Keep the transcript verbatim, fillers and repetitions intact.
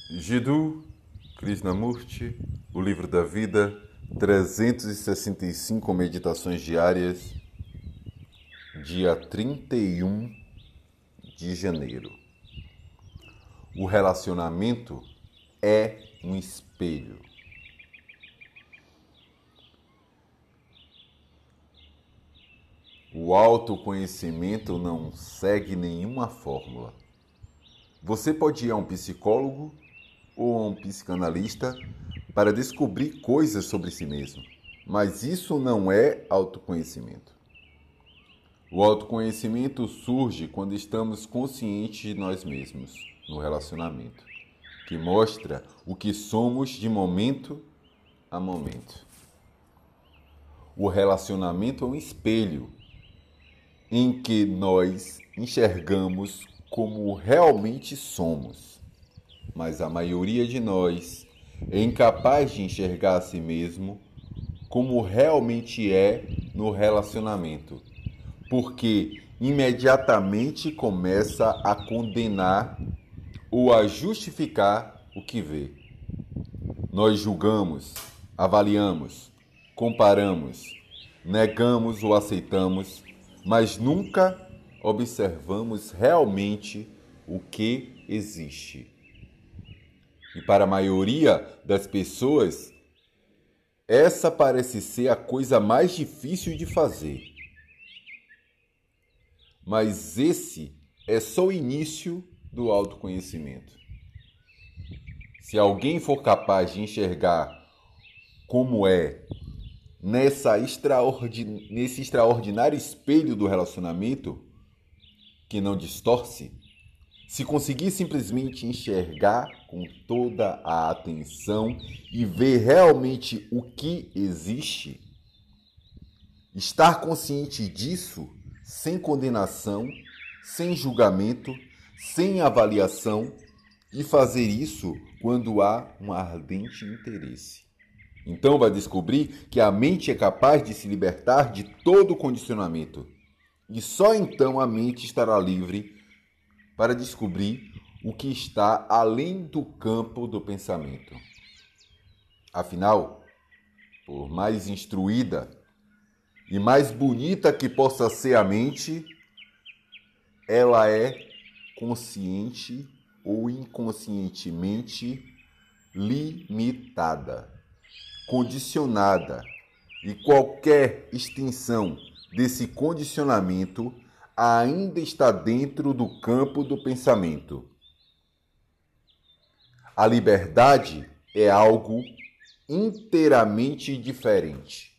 Jiddu Krishnamurti, O Livro da Vida, trezentas e sessenta e cinco Meditações Diárias, dia trinta e um de janeiro. O relacionamento é um espelho. O autoconhecimento não segue nenhuma fórmula. Você pode ir a um psicólogo ou a um psicanalista para descobrir coisas sobre si mesmo, mas isso não é autoconhecimento. O autoconhecimento surge quando estamos conscientes de nós mesmos no relacionamento, que mostra o que somos de momento a momento. O relacionamento é um espelho em que nós enxergamos como realmente somos, mas a maioria de nós é incapaz de enxergar a si mesmo como realmente é no relacionamento, porque imediatamente começa a condenar ou a justificar o que vê. Nós julgamos, avaliamos, comparamos, negamos ou aceitamos, mas nunca observamos realmente o que existe. E para a maioria das pessoas, essa parece ser a coisa mais difícil de fazer. Mas esse é só o início do autoconhecimento. Se alguém for capaz de enxergar como é nessa extraordin... nesse extraordinário espelho do relacionamento, que não distorce, se conseguir simplesmente enxergar com toda a atenção e ver realmente o que existe, estar consciente disso, sem condenação, sem julgamento, sem avaliação, e fazer isso quando há um ardente interesse. Então vai descobrir que a mente é capaz de se libertar de todo o condicionamento. E só então a mente estará livre para descobrir o que está além do campo do pensamento. Afinal, por mais instruída e mais bonita que possa ser a mente, ela é consciente ou inconscientemente limitada, condicionada, e qualquer extensão desse condicionamento ainda está dentro do campo do pensamento. A liberdade é algo inteiramente diferente.